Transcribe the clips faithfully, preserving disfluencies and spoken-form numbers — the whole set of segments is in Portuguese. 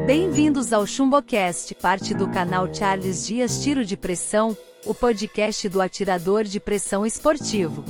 Bem-vindos ao ChumboCast, parte do canal Charles Dias Tiro de Pressão, o podcast do atirador de pressão esportivo.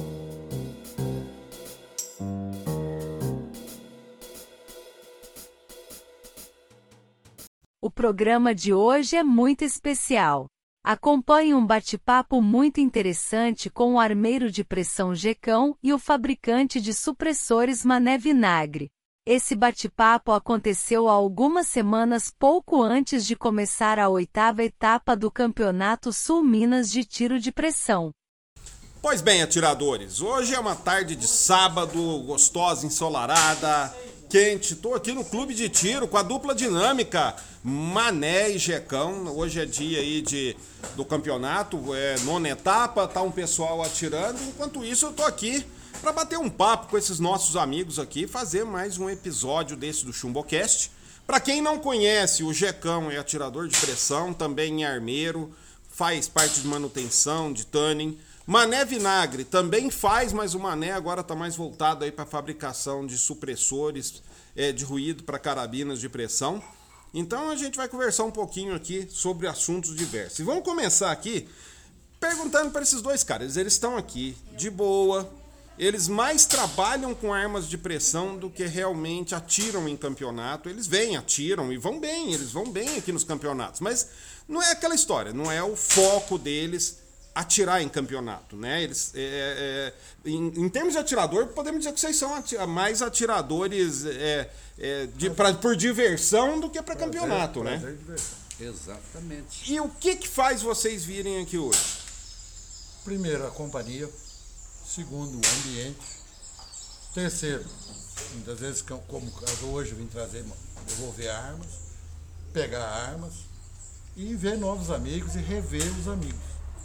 O programa de hoje é muito especial. Acompanhe um bate-papo muito interessante com o armeiro de pressão Gecão e o fabricante de supressores Mané Vinagre. Esse bate-papo aconteceu há algumas semanas pouco antes de começar a oitava etapa do Campeonato Sul Minas de Tiro de Pressão. Pois bem, atiradores, hoje é uma tarde de sábado, gostosa, ensolarada, quente. Estou aqui no clube de tiro com a dupla dinâmica Mané e Gecão. Hoje é dia aí de, do campeonato, é nona etapa, tá um pessoal atirando. Enquanto isso eu tô aqui para bater um papo com esses nossos amigos aqui, fazer mais um episódio desse do ChumboCast. Para quem não conhece, o Gecão é atirador de pressão, também é armeiro, faz parte de manutenção, de tuning. Mané Vinagre também faz, mas o Mané agora está mais voltado aí para fabricação de supressores é, de ruído para carabinas de pressão. Então a gente vai conversar um pouquinho aqui sobre assuntos diversos. E vamos começar aqui perguntando para esses dois caras. Eles estão aqui de boa. Eles mais trabalham com armas de pressão do que realmente atiram em campeonato. Eles vêm, atiram e vão bem, eles vão bem aqui nos campeonatos. Mas não é aquela história, não é o foco deles atirar em campeonato, né? Eles, é, é, em, em termos de atirador, podemos dizer que vocês são ati- mais atiradores é, é, de, pra, por diversão do que para campeonato, prazer, né? Prazer, exatamente. E o que, que faz vocês virem aqui hoje? Primeiro, a companhia. Segundo, o ambiente. Terceiro, muitas vezes, como hoje, eu vim trazer, devolver armas, pegar armas e ver novos amigos e rever os amigos.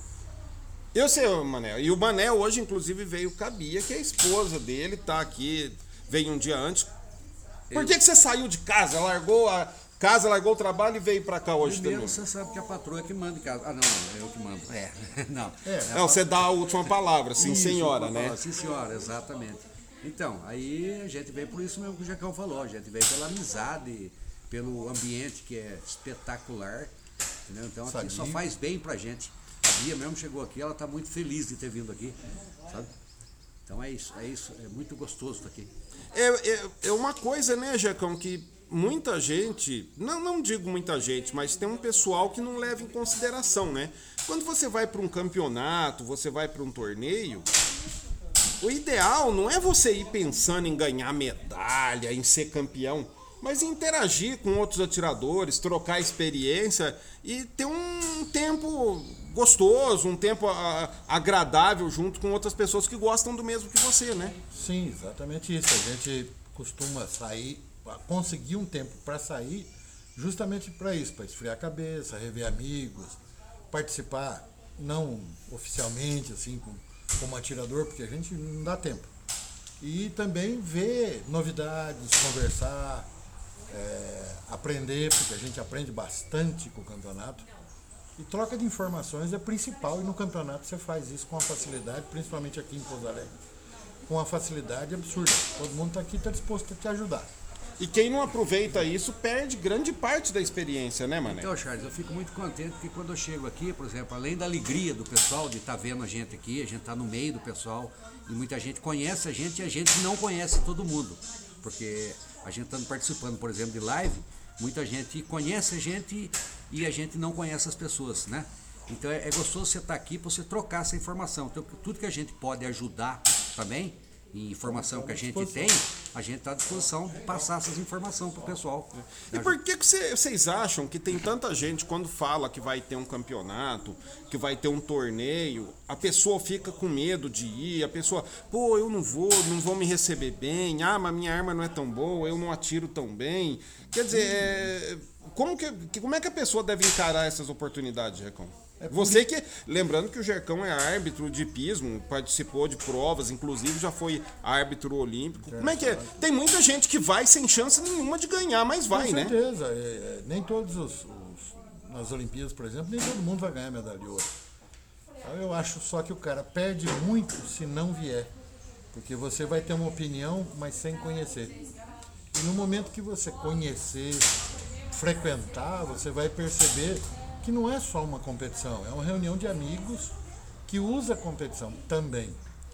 Eu sei, Mané. E o Mané hoje, inclusive, veio com a Bia, que é a esposa dele, tá aqui, veio um dia antes. Por que, que você saiu de casa, largou a casa, largou o trabalho e veio pra cá hoje Primeiro, também? você sabe que a patroa é que manda em casa. Ah, não, não, é eu que mando. É, não. É, não, você dá a última palavra, sim, Isso, senhora, última né? palavra, sim, senhora, exatamente. Então, aí a gente veio por isso mesmo que o Jacão falou. A gente veio pela amizade, pelo ambiente que é espetacular. Entendeu? Então, aqui só faz bem pra gente. A Bia mesmo chegou aqui, ela tá muito feliz de ter vindo aqui, sabe? Então é isso, é isso, é muito gostoso estar aqui. É, é, é uma coisa, né, Jacão, que muita gente, não, não digo muita gente, mas tem um pessoal que não leva em consideração, né? Quando você vai para um campeonato, você vai para um torneio, o ideal não é você ir pensando em ganhar medalha, em ser campeão, mas interagir com outros atiradores, trocar experiência e ter um tempo gostoso, um tempo a, agradável junto com outras pessoas que gostam do mesmo que você, né? Sim, exatamente isso. A gente costuma sair, conseguir um tempo para sair justamente para isso, para esfriar a cabeça, rever amigos, participar, não oficialmente, assim, como, como atirador, porque a gente não dá tempo. E também ver novidades, conversar, É, aprender, porque a gente aprende bastante com o campeonato. E troca de informações é principal, e no campeonato você faz isso com uma facilidade, principalmente aqui em Pouso Alegre, com uma facilidade absurda. Todo mundo está aqui, está disposto a te ajudar. E quem não aproveita isso perde grande parte da experiência, né, Mané? Então, Charles, eu fico muito contente porque quando eu chego aqui, por exemplo, além da alegria do pessoal de estar vendo a gente aqui, a gente está no meio do pessoal e muita gente conhece a gente e a gente não conhece todo mundo, porque a gente estando participando, por exemplo, de live, muita gente conhece a gente e a gente não conhece as pessoas, né? Então é, é gostoso você estar aqui para você trocar essa informação. Então, tudo que a gente pode ajudar também, e informação que a gente tem, a gente está à disposição de passar essas informações para o pessoal. E por que que vocês acham que tem tanta gente, quando fala que vai ter um campeonato, que vai ter um torneio, a pessoa fica com medo de ir, a pessoa, pô, eu não vou, não vão me receber bem, ah, mas minha arma não é tão boa, eu não atiro tão bem. Quer dizer, é, como, que, como é que a pessoa deve encarar essas oportunidades, Jecão? É Você que, lembrando que o Gecão é árbitro de hipismo, participou de provas, inclusive já foi árbitro olímpico. Como é que é? Tem muita gente que vai sem chance nenhuma de ganhar, mas vai, né? Com certeza. Né? É, nem todos os, os... Nas Olimpíadas, por exemplo, nem todo mundo vai ganhar medalha de ouro. Então, eu acho só que o cara perde muito se não vier. Porque você vai ter uma opinião, mas sem conhecer. E no momento que você conhecer, frequentar, você vai perceber que não é só uma competição, é uma reunião de amigos que usa a competição também.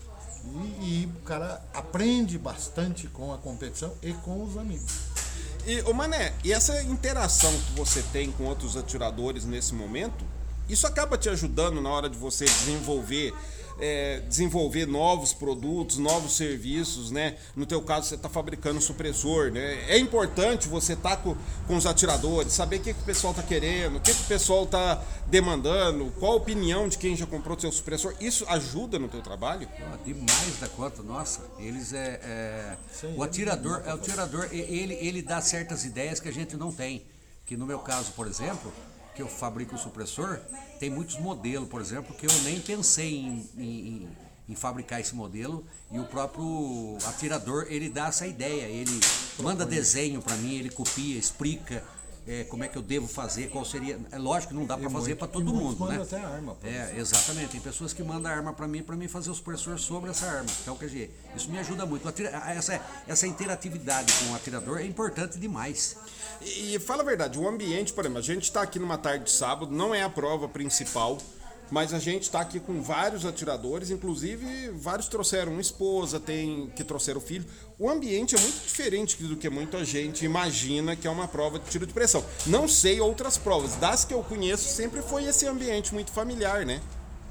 E, e o cara aprende bastante com a competição e com os amigos. E, ô Mané, e essa interação que você tem com outros atiradores nesse momento, isso acaba te ajudando na hora de você desenvolver, é, desenvolver novos produtos, novos serviços, né? No teu caso, você está fabricando supressor, né? É importante você estar tá com, com os atiradores, saber o que, que o pessoal está querendo, o que, que o pessoal está demandando, qual a opinião de quem já comprou o seu supressor. Isso ajuda no teu trabalho? Demais da conta, nossa. Eles é, é Sim, o atirador, é o atirador, ele ele dá certas ideias que a gente não tem. Que no meu caso, por exemplo, que eu fabrico o supressor, tem muitos modelos, por exemplo, que eu nem pensei em, em, em fabricar esse modelo, e o próprio atirador, ele dá essa ideia, ele manda desenho para mim, ele copia, explica é, como é que eu devo fazer, qual seria. É lógico que não dá para fazer para todo mundo, né? Até arma, é, exatamente. Tem pessoas que mandam arma para mim, para mim fazer o supressor sobre essa arma. Então, quer dizer, isso me ajuda muito. Atira, essa, essa interatividade com o atirador é importante demais. E, e fala a verdade, o ambiente, por exemplo, a gente está aqui numa tarde de sábado, não é a prova principal, mas a gente está aqui com vários atiradores, inclusive vários trouxeram uma esposa, tem que trouxeram filho. O ambiente é muito diferente do que muita gente imagina que é uma prova de tiro de pressão. Não sei outras provas, das que eu conheço sempre foi esse ambiente muito familiar, né?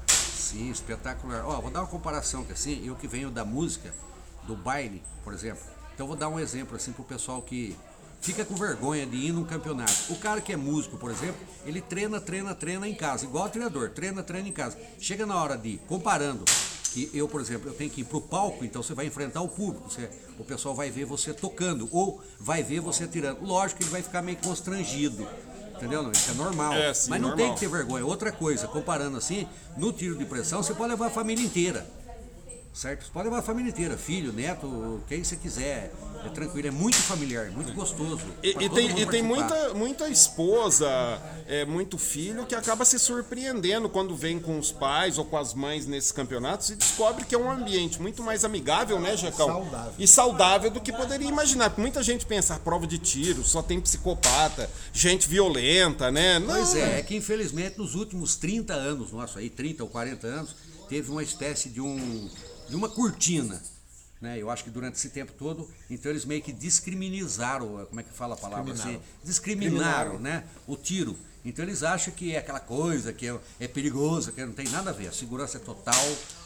Sim, espetacular. Ó, vou dar uma comparação que assim, eu que venho da música, do baile, por exemplo. Então vou dar um exemplo assim pro pessoal que fica com vergonha de ir num campeonato. O cara que é músico, por exemplo, ele treina, treina, treina em casa, igual o treinador, treina, treina em casa. Chega na hora de, comparando, que eu, por exemplo, eu tenho que ir pro palco, então você vai enfrentar o público, você, o pessoal vai ver você tocando, ou vai ver você atirando. Lógico que ele vai ficar meio constrangido, entendeu? Não, isso é normal, é, sim, mas não normal. tem que ter vergonha. Outra coisa, comparando assim, no tiro de pressão, você pode levar a família inteira. Certo? Você pode levar a família inteira, filho, neto, quem você quiser. É tranquilo, é muito familiar, muito gostoso. E, e tem, e tem muita, muita esposa, é, muito filho que acaba se surpreendendo quando vem com os pais ou com as mães nesses campeonatos e descobre que é um ambiente muito mais amigável, né, Jecão? Saudável. E saudável do que poderia imaginar. Muita gente pensa, a prova de tiro, só tem psicopata, gente violenta, né? Não. Pois é, é que infelizmente nos últimos trinta anos, nossa, aí trinta ou quarenta anos, teve uma espécie de um de uma cortina, né? Eu acho que durante esse tempo todo, então eles meio que discriminaram, como é que fala a palavra assim? Discriminaram, né? O tiro. Então eles acham que é aquela coisa, que é, é perigoso, que não tem nada a ver. A segurança é total,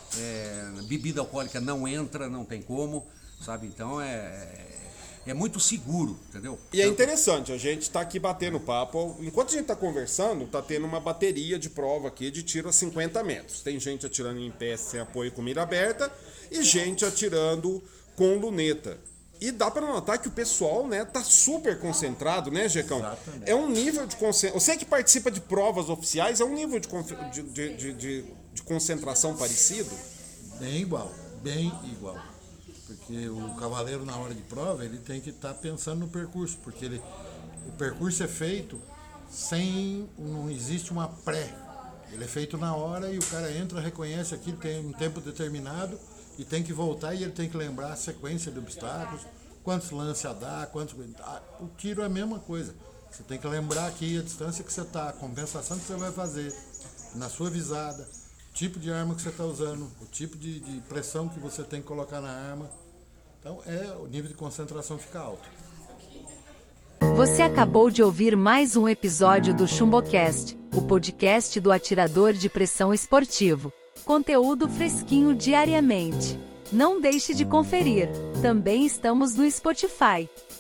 é, bebida alcoólica não entra, não tem como, sabe? Então é... É muito seguro, entendeu? E é interessante, a gente está aqui batendo papo. Enquanto a gente está conversando, está tendo uma bateria de prova aqui de tiro a cinquenta metros. Tem gente atirando em pé sem apoio com mira aberta e gente atirando com luneta. E dá para notar que o pessoal, né, tá super concentrado, né, Jecão? Exatamente. É um nível de concentração. Você que participa de provas oficiais, é um nível de, de, de, de, de concentração parecido? Bem igual, bem igual. Porque o cavaleiro, na hora de prova, ele tem que estar tá pensando no percurso, porque ele, o percurso é feito sem, não existe uma pré. Ele é feito na hora e o cara entra, reconhece aquilo, tem um tempo determinado e tem que voltar e ele tem que lembrar a sequência de obstáculos, quantos lances a dar, quantos... O tiro é a mesma coisa. Você tem que lembrar aqui a distância que você está, a compensação que você vai fazer, na sua visada, o tipo de arma que você está usando, o tipo de, de pressão que você tem que colocar na arma. Então, é, o nível de concentração fica alto. Você acabou de ouvir mais um episódio do ChumboCast, o podcast do atirador de pressão esportivo. Conteúdo fresquinho diariamente. Não deixe de conferir. Também estamos no Spotify.